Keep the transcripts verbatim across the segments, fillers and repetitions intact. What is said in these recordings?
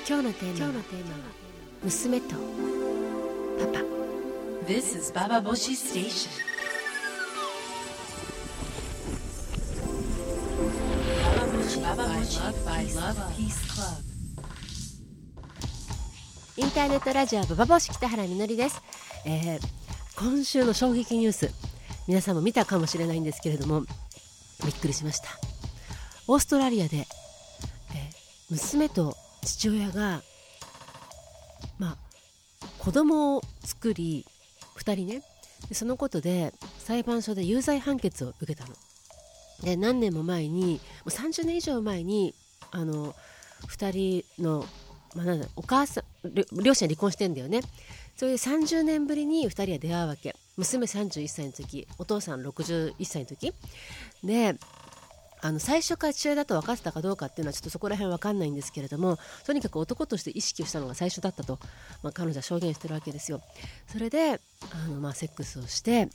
今日のテーマは娘とパパ。 This is Baba Boshi Station. Baba Boshi by Love Peace Club. インターネットラジオババボシ北原みのりです、えー、今週の衝撃ニュース、皆さんも見たかもしれないんですけれども、びっくりしました。オーストラリアで、えー、娘と父親が、まあ、子供を作りふたりね、でそのことで裁判所で有罪判決を受けたので、何年も前に、もうさんじゅうねん以上前にあのふたりの、まあ、なんだお母さん両親は離婚してんだよね。それでさんじゅうねんぶりにふたりは出会うわけ。娘さんじゅういっさいの時、お父さんろくじゅういっさいの時で、あの最初から父親だと分かってたかどうかっていうのはちょっとそこら辺分かんないんですけれども、とにかく男として意識をしたのが最初だったと、まあ、彼女は証言してるわけですよ。それであの、まあ、セックスをして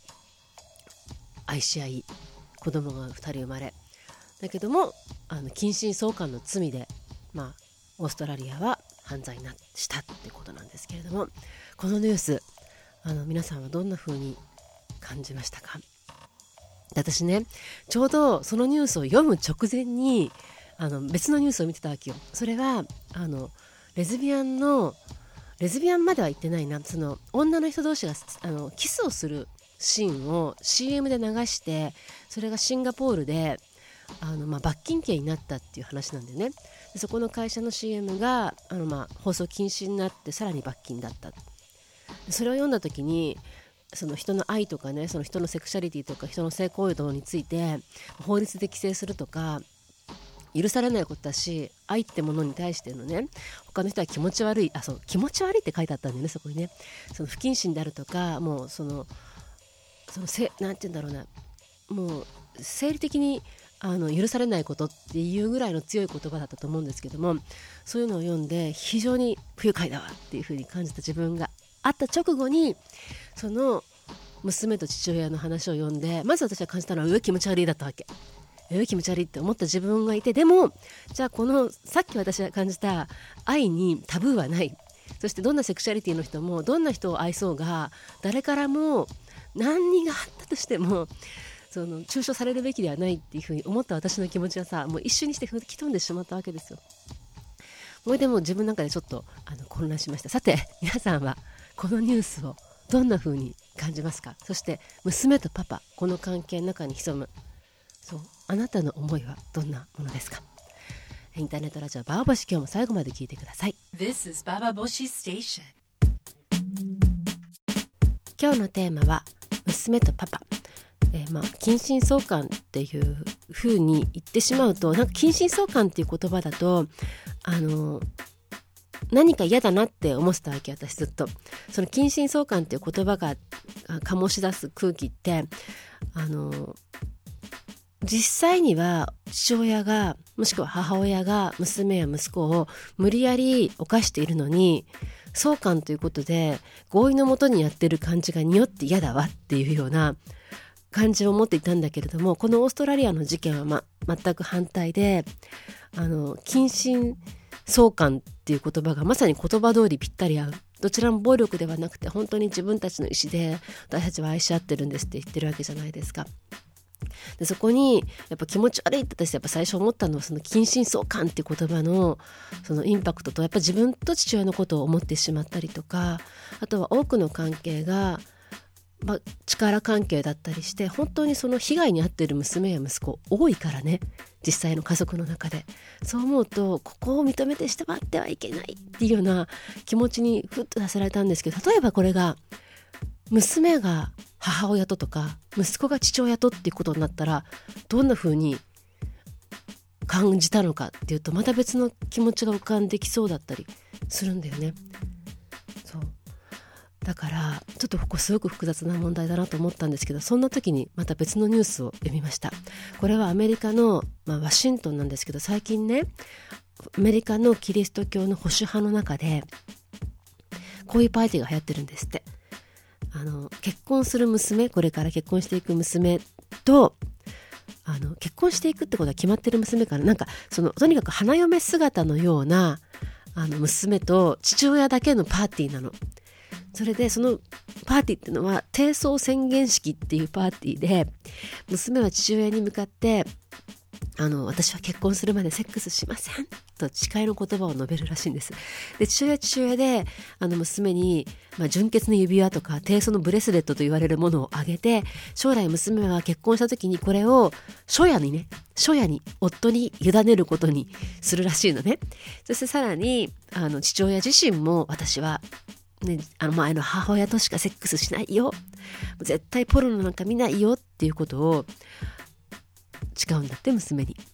愛し合い、子供がふたり生まれ、だけどもあの近親相姦の罪で、まあ、オーストラリアは犯罪にしたってことなんですけれども、このニュース、あの皆さんはどんな風に感じましたか？私ね、ちょうどそのニュースを読む直前にあの別のニュースを見てたわけよ。それはあのレズビアンのレズビアンまでは言ってないな、その女の人同士があのキスをするシーンを シーエム で流して、それがシンガポールであの、まあ、罰金刑になったっていう話なんだよね。でそこの会社の シーエム があの、まあ、放送禁止になってさらに罰金だった。でそれを読んだ時に、その人の愛とかね、その人のセクシャリティとか人の性行動について法律で規制するとか許されないことだし、愛ってものに対してのね、他の人は気持ち悪い、あ、そう気持ち悪いって書いてあったんだよね、そこにね。その不謹慎であるとか、もうそのそのせなんて言うんだろうな、もう生理的にあの許されないことっていうぐらいの強い言葉だったと思うんですけども、そういうのを読んで非常に不愉快だわっていうふうに感じた自分があった直後に、その娘と父親の話を読んで、まず私は感じたのは、うわ気持ち悪いだったわけ。うわ気持ち悪いって思った自分がいて、でもじゃあこのさっき私が感じた愛にタブーはない、そしてどんなセクシャリティの人もどんな人を愛そうが、誰からも何があったとしてもその中傷されるべきではないっていうふうに思った私の気持ちはさ、もう一瞬にして吹き飛んでしまったわけですよ。もうでも自分の中でちょっとあの混乱しました。さて皆さんはこのニュースをどんな風に感じますか？そして娘とパパ、この関係の中に潜む、そうあなたの思いはどんなものですか？インターネットラジオババボシ、今日も最後まで聞いてください。 This is Baba Boshi Station. 今日のテーマは娘とパパ、えーまあ、近親相姦っていう風に言ってしまうと、なんか近親相姦っていう言葉だとあの何か嫌だなって思ってたわけ、私ずっと。その近親相姦っていう言葉が醸し出す空気って、あの実際には父親がもしくは母親が娘や息子を無理やり犯しているのに、相姦ということで合意のもとにやってる感じが匂って嫌だわっていうような感じを持っていたんだけれども、このオーストラリアの事件は、ま、全く反対で、あの近親相姦っていう言葉がまさに言葉通りぴったり合う。どちらも暴力ではなくて、本当に自分たちの意思で私たちは愛し合ってるんですって言ってるわけじゃないですか。でそこにやっぱ気持ち悪いって私やっぱ最初思ったのは、その近親相姦っていう言葉のそのインパクトと、やっぱ自分と父親のことを思ってしまったりとか、あとは多くの関係がまあ、力関係だったりして、本当にその被害に遭っている娘や息子多いからね、実際の家族の中で。そう思うと、ここを認めてしてはってはいけないっていうような気持ちにふっとさせられたんですけど、例えばこれが娘が母親ととか息子が父親とっていうことになったら、どんな風に感じたのかっていうと、また別の気持ちが浮かんできそうだったりするんだよね。そうだからちょっとここすごく複雑な問題だなと思ったんですけど、そんな時にまた別のニュースを読みました。これはアメリカの、まあ、ワシントンなんですけど、最近ね、アメリカのキリスト教の保守派の中でこういうパーティーが流行ってるんですって。あの結婚する娘、これから結婚していく娘と、あの結婚していくってことは決まってる娘から、なんかそのとにかく花嫁姿のようなあの娘と父親だけのパーティーなの。それでそのパーティーっていうのは貞操宣言式っていうパーティーで、娘は父親に向かってあの私は結婚するまでセックスしませんと誓いの言葉を述べるらしいんです。で父親は父親であの娘に、まあ、純潔の指輪とか貞操のブレスレットと言われるものをあげて、将来娘は結婚した時にこれを初夜にね初夜に夫に委ねることにするらしいのね。そしてさらにあの父親自身も、私はね、あの前の母親としかセックスしないよ、絶対ポルノなんか見ないよっていうことを誓うんだって、娘に。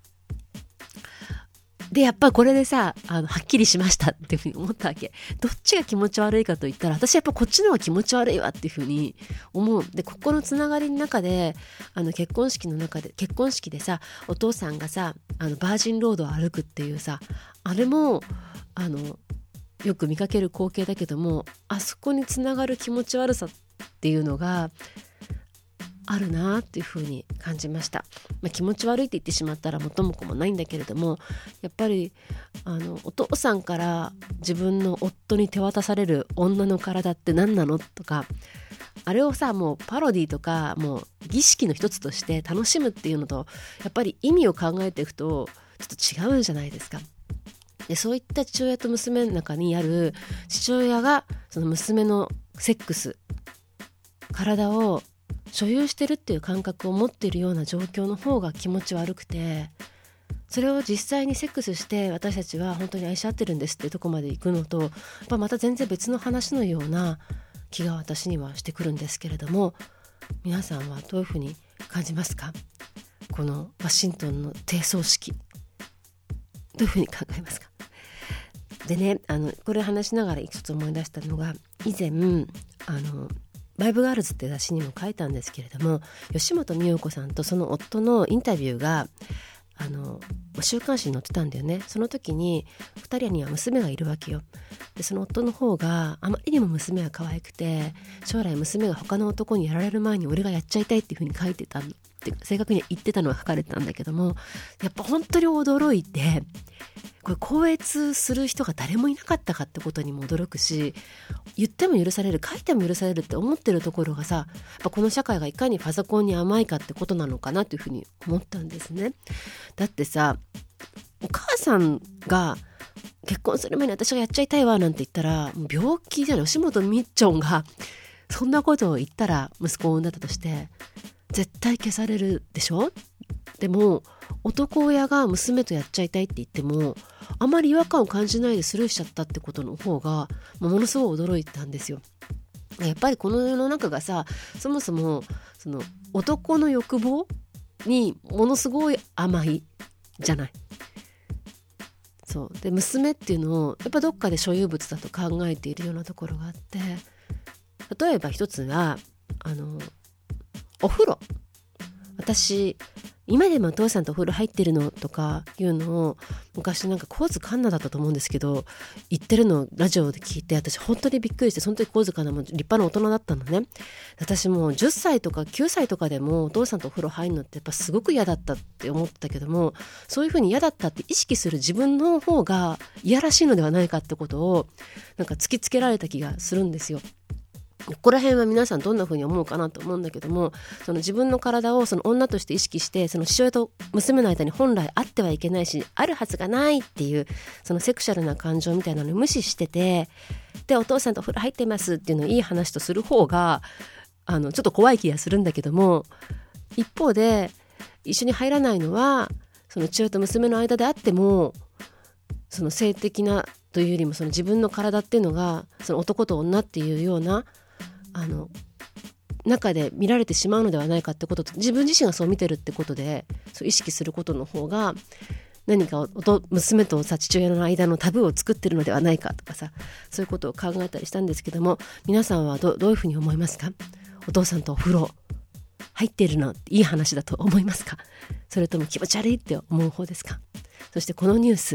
でやっぱりこれでさ、あのはっきりしましたっていうふうに思ったわけ。どっちが気持ち悪いかと言ったら、私やっぱこっちの方が気持ち悪いわっていうふうに思う。でここのつながりの中で、あの結婚式の中で結婚式でさ、お父さんがさあのバージンロードを歩くっていうさ、あれもあのよく見かける光景だけども、あそこにつながる気持ち悪さっていうのがあるなっていうふうに感じました。まあ、気持ち悪いって言ってしまったら元も子もないんだけれども、やっぱりあのお父さんから自分の夫に手渡される女の体って何なのとか、あれをさもうパロディとかもう儀式の一つとして楽しむっていうのと、やっぱり意味を考えていくとちょっと違うじゃないですか。でそういった父親と娘の中にある、父親がその娘のセックス、体を所有してるっていう感覚を持っているような状況の方が気持ち悪くて、それを実際にセックスして私たちは本当に愛し合ってるんですっていうところまで行くのと、やっぱまた全然別の話のような気が私にはしてくるんですけれども、皆さんはどういうふうに感じますか？このワシントンの貞操式、どういうふうに考えますか？でね、あのこれ話しながら一つ思い出したのが、以前あのバイブガールズって雑誌にも書いたんですけれども、吉本美代子さんとその夫のインタビューがあの週刊誌に載ってたんだよね。その時にふたりには娘がいるわけよ。でその夫の方があまりにも娘が可愛くて、将来娘が他の男にやられる前に俺がやっちゃいたいっていう風に書いてたのって正確には言ってたのは書かれてたんだけども、やっぱ本当に驚いて、これ校閲する人が誰もいなかったかってことにも驚くし、言っても許される、書いても許されるって思ってるところがさ、やっぱこの社会がいかにパソコンに甘いかってことなのかなというふうに思ったんですね。だってさ、お母さんが結婚する前に私がやっちゃいたいわなんて言ったらもう病気じゃない。吉本みっちょんがそんなことを言ったら息子を産んだとして絶対消されるでしょ。でも男親が娘とやっちゃいたいって言ってもあまり違和感を感じないでスルーしちゃったってことの方がものすごい驚いたんですよ。やっぱりこの世の中がさ、そもそもその男の欲望にものすごい甘いじゃない。そうで娘っていうのをやっぱどっかで所有物だと考えているようなところがあって、例えば一つはあのお風呂、私今でもお父さんとお風呂入ってるのとかいうのを昔なんか神津環奈だったと思うんですけど言ってるのをラジオで聞いて、私本当にびっくりして、その時神津環奈も立派な大人だったのね。私もうじゅっさいとかきゅうさいとかでもお父さんとお風呂入るのってやっぱすごく嫌だったって思ってたけども、そういうふうに嫌だったって意識する自分の方がいやらしいのではないかってことをなんか突きつけられた気がするんですよ。ここら辺は皆さんどんな風に思うかなと思うんだけども、その自分の体をその女として意識して、その父親と娘の間に本来あってはいけないしあるはずがないっていうそのセクシャルな感情みたいなのを無視してて、でお父さんとお風呂入ってますっていうのをいい話とする方があのちょっと怖い気がするんだけども、一方で一緒に入らないのはその父親と娘の間であっても、その性的なというよりもその自分の体っていうのがその男と女っていうようなあの中で見られてしまうのではないかってことと、自分自身がそう見てるってことでそう意識することの方が何か娘とさ父親の間のタブーを作ってるのではないかとかさ、そういうことを考えたりしたんですけども、皆さんは ど, どういうふうに思いますか？お父さんとお風呂入ってるのいい話だと思いますか？それとも気持ち悪いって思う方ですか？そしてこのニュース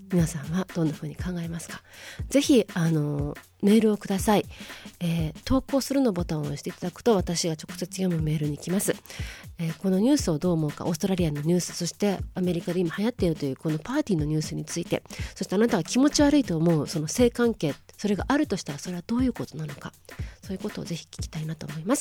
皆さんはどんな風に考えますか？ぜひあのメールをください。えー、投稿するのボタンを押していただくと私が直接読むメールに来ます。えー、このニュースをどう思うか、オーストラリアのニュース、そしてアメリカで今流行っているというこのパーティーのニュースについて、そしてあなたが気持ち悪いと思うその性関係、それがあるとしたらそれはどういうことなのか、そういうことをぜひ聞きたいなと思います。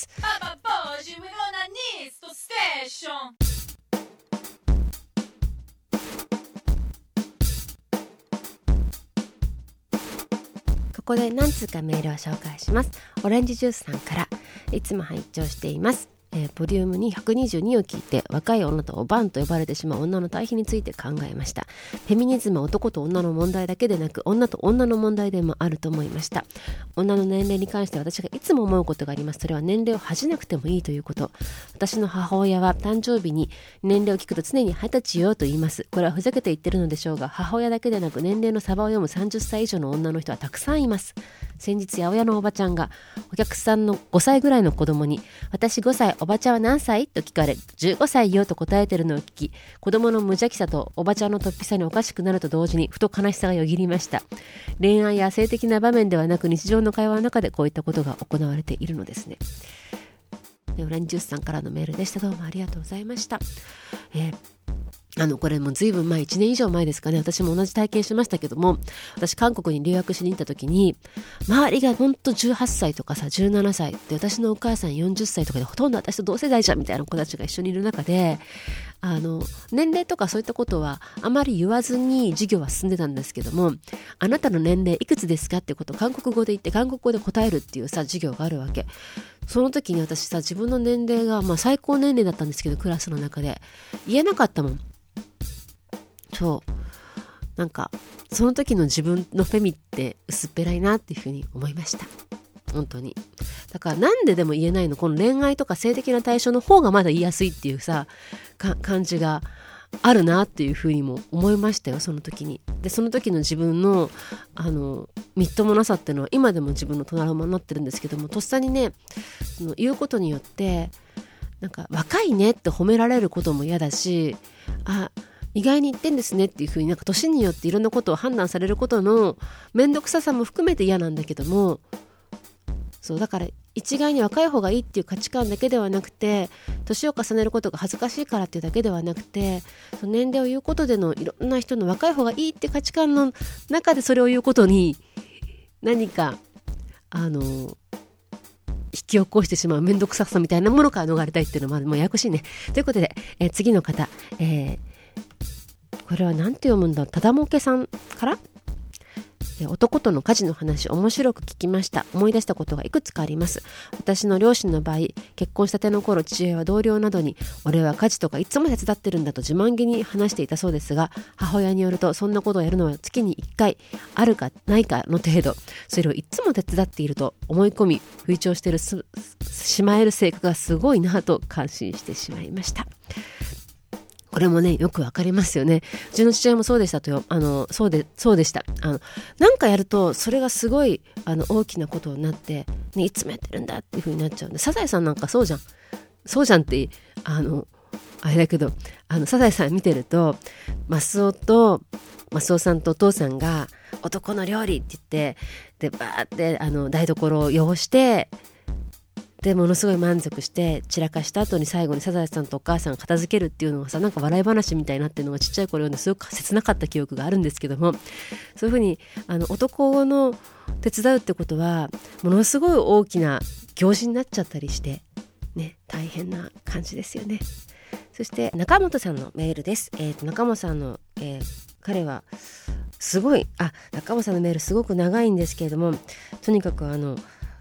ここで何通かメールを紹介します。オレンジジュースさんから、いつも拝聴しています。えー、ボリュームにひゃくにじゅうにを聞いて若い女とおばんと呼ばれてしまう女の対比について考えました。フェミニズムは男と女の問題だけでなく女と女の問題でもあると思いました。女の年齢に関して私がいつも思うことがあります。それは年齢を恥じなくてもいいということ。私の母親は誕生日に年齢を聞くと常に二十歳よと言います。これはふざけて言ってるのでしょうが、母親だけでなく年齢のサバを読むさんじゅっさい以上の女の人はたくさんいます。先日八百屋のおばちゃんがお客さんのごさいぐらいの子供に、私ごさい、おばちゃんは何歳と聞かれ、じゅうごさいよと答えてるのを聞き、子供の無邪気さとおばちゃんの突飛さにおかしくなると同時にふと悲しさがよぎりました。恋愛や性的な場面ではなく日常の会話の中でこういったことが行われているのですね。オレンジジュースさんからのメールでした。どうもありがとうございました。えーあのこれもずいぶん前、いちねん以上前ですかね。私も同じ体験しましたけども、私韓国に留学しに行った時に周りがほんとじゅうはっさいとかさじゅうななさいで、私のお母さんよんじゅっさいとかでほとんど私と同世代じゃんみたいな子たちが一緒にいる中で、あの年齢とかそういったことはあまり言わずに授業は進んでたんですけども、あなたの年齢いくつですかってことを韓国語で言って韓国語で答えるっていうさ授業があるわけ。その時に私さ自分の年齢が、まあ、最高年齢だったんですけどクラスの中で言えなかったもん。そうなんかその時の自分のフェミって薄っぺらいなっていうふうに思いました。本当に。だからなんででも言えないの、この恋愛とか性的な対象の方がまだ言いやすいっていうさか感じがあるなっていうふうにも思いましたよ、その時に。でその時の自分のあのみっともなさっていうのは今でも自分のトラウマになってるんですけども、とっさにねその言うことによってなんか若いねって褒められることも嫌だし、あ意外に言ってんですねっていう風になんか年によっていろんなことを判断されることの面倒くささも含めて嫌なんだけども、そうだから一概に若い方がいいっていう価値観だけではなくて、年を重ねることが恥ずかしいからっていうだけではなくて、その年齢を言うことでのいろんな人の若い方がいいっていう価値観の中でそれを言うことに何かあの引き起こしてしまう面倒くささみたいなものから逃れたいっていうのももうややこしいね。ということで、えー、次の方、えーこれは何て読むんだ、ただもけさんから、男との家事の話面白く聞きました。思い出したことがいくつかあります。私の両親の場合、結婚したての頃父親は同僚などに俺は家事とかいつも手伝ってるんだと自慢げに話していたそうですが、母親によるとそんなことをやるのは月にいっかいあるかないかの程度、それをいつも手伝っていると思い込み吹聴してるすしまえる性格がすごいなと感心してしまいました。これもねよくわかりますよね。うちの父親もそうでしたとよ。あのそうでそうでしたあのなんかやるとそれがすごいあの大きなことになって、ね、いつもやってるんだっていう風になっちゃうんで、サザエさんなんかそうじゃんそうじゃんってあのあれだけど、あのサザエさん見てるとマスオとマスオさんとお父さんが男の料理って言ってでバーってあの台所を汚してでものすごい満足して散らかした後に最後にサザエさんとお母さんが片付けるっていうのがさ、なんか笑い話みたいになってるのがちっちゃい頃読んですごく切なかった記憶があるんですけども、そういうふうにあの男の手伝うってことはものすごい大きな行事になっちゃったりしてね、大変な感じですよね。そして中本さんのメールです。えーと、中本さんの、えー、彼はすごいあ中本さんのメールすごく長いんですけれども、とにかくあの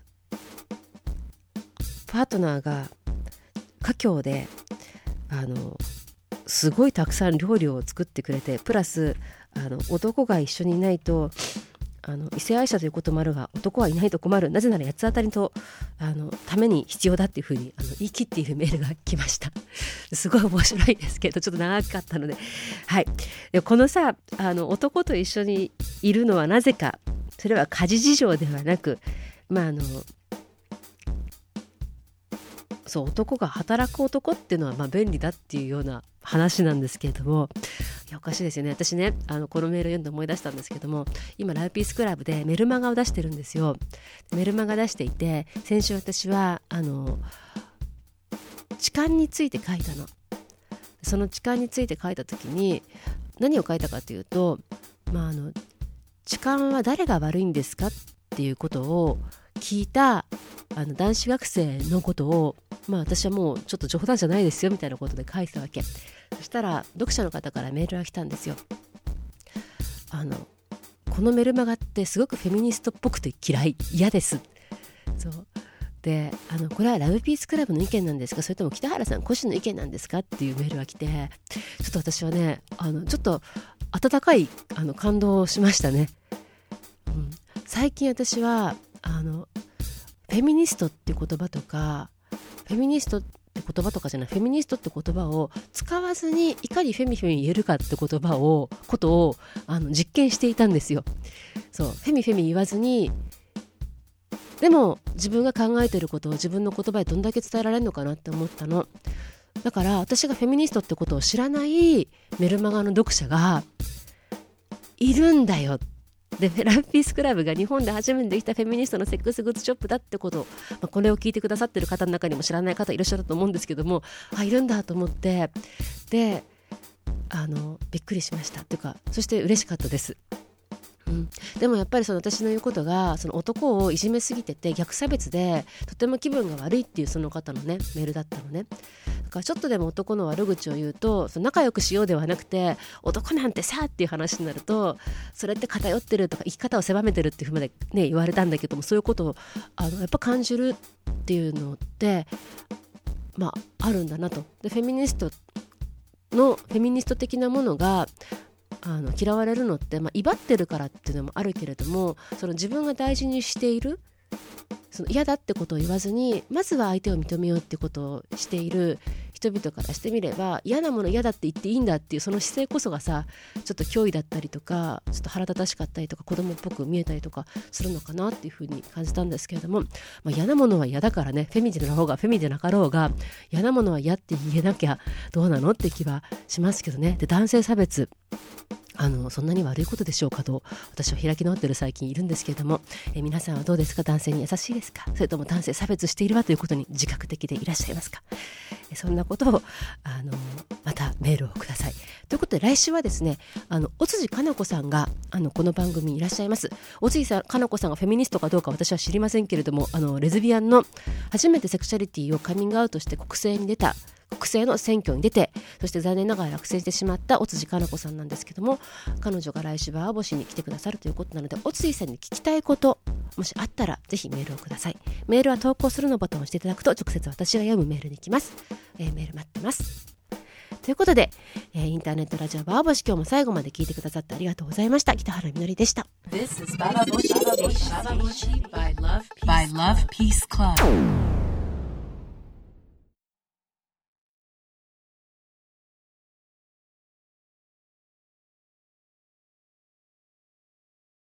パートナーが華僑であのすごいたくさん料理を作ってくれて、プラスあの男が一緒にいないとあの異性愛者ということもあるが男はいないと困る、なぜなら八つ当たりとあのために必要だっていうふうにあの言い切っているメールが来ました。すごい面白いですけどちょっと長かったので、はい、でこのさあの男と一緒にいるのはなぜか、それは家事事情ではなく、まああのそう男が働く男っていうのはまあ便利だっていうような話なんですけれども、 いやおかしいですよね。私ねあのこのメール読んで思い出したんですけども、今ラブピースクラブでメルマガを出してるんですよ。メルマガ出していて、先週私はあの痴漢について書いたの。その痴漢について書いた時に何を書いたかというと、まあ、あの痴漢は誰が悪いんですかっていうことを聞いたあの男子学生のことを、まあ、私はもうちょっと冗談じゃないですよみたいなことで書いてたわけ。そしたら読者の方からメールが来たんですよ。あのこのメルマガってすごくフェミニストっぽくて嫌い、嫌です。そうで、あのこれはラブピースクラブの意見なんですか、それとも北原さん個人の意見なんですかっていうメールが来て、ちょっと私はねあのちょっと温かいあの感動をしましたね、うん、最近私はあのフェミニストっていう言葉とかフェミニストって言葉とかじゃない、フェミニストって言葉を使わずにいかにフェミフェミ言えるかって言葉をことをあの実験していたんですよ。そうフェミフェミ言わずに、でも自分が考えていることを自分の言葉でどんだけ伝えられるのかなって思ったの。だから私がフェミニストってことを知らないメルマガの読者がいるんだよ。でラブピースクラブが日本で初めてできたフェミニストのセックスグッズショップだってことを、まあ、これを聞いてくださってる方の中にも知らない方いらっしゃると思うんですけども、あいるんだと思って、であのびっくりしましたというか、そして嬉しかったです。うん、でもやっぱりその私の言うことがその男をいじめすぎてて逆差別でとても気分が悪いっていうその方のねメールだったのね。だからちょっとでも男の悪口を言うと、その仲良くしようではなくて男なんてさっていう話になると、それって偏ってるとか生き方を狭めてるっていうふうまで、ね、言われたんだけども、そういうことをあのやっぱ感じるっていうのってまああるんだなと。でフェミニストのフェミニスト的なものがあの嫌われるのって、まあ、威張ってるからっていうのもあるけれども、その自分が大事にしているその嫌だってことを言わずにまずは相手を認めようってことをしている人々からしてみれば、嫌なもの嫌だって言っていいんだっていうその姿勢こそがさ、ちょっと脅威だったりとかちょっと腹立たしかったりとか子供っぽく見えたりとかするのかなっていうふうに感じたんですけれども、まあ、嫌なものは嫌だからね、フェミニストな方がフェミでなかろうが嫌なものは嫌って言えなきゃどうなのって気はしますけどね。で男性差別あのそんなに悪いことでしょうかと私は開き直ってる最近いるんですけれども、え皆さんはどうですか？男性に優しいですか？それとも男性差別しているわということに自覚的でいらっしゃいますか？えそんなことをあのまたメールをください。ということで来週はですね、あの尾辻かな子さんがあのこの番組にいらっしゃいます。尾辻かな子さんがフェミニストかどうか私は知りませんけれども、あのレズビアンの初めてセクシャリティをカミングアウトして国政に出た国政の選挙に出て、そして残念ながら落選してしまった尾辻かな子さんなんですけども、彼女が来週バーボシに来てくださるということなので、尾辻さんに聞きたいこともしあったらぜひメールをください。メールは投稿するのボタンを押していただくと直接私が読むメールに行きます、えー、メール待ってます。ということで、えー、インターネットラジオバーボシ、今日も最後まで聞いてくださってありがとうございました。北原みのりでした。 This is Bababoshi by Love Peace Club.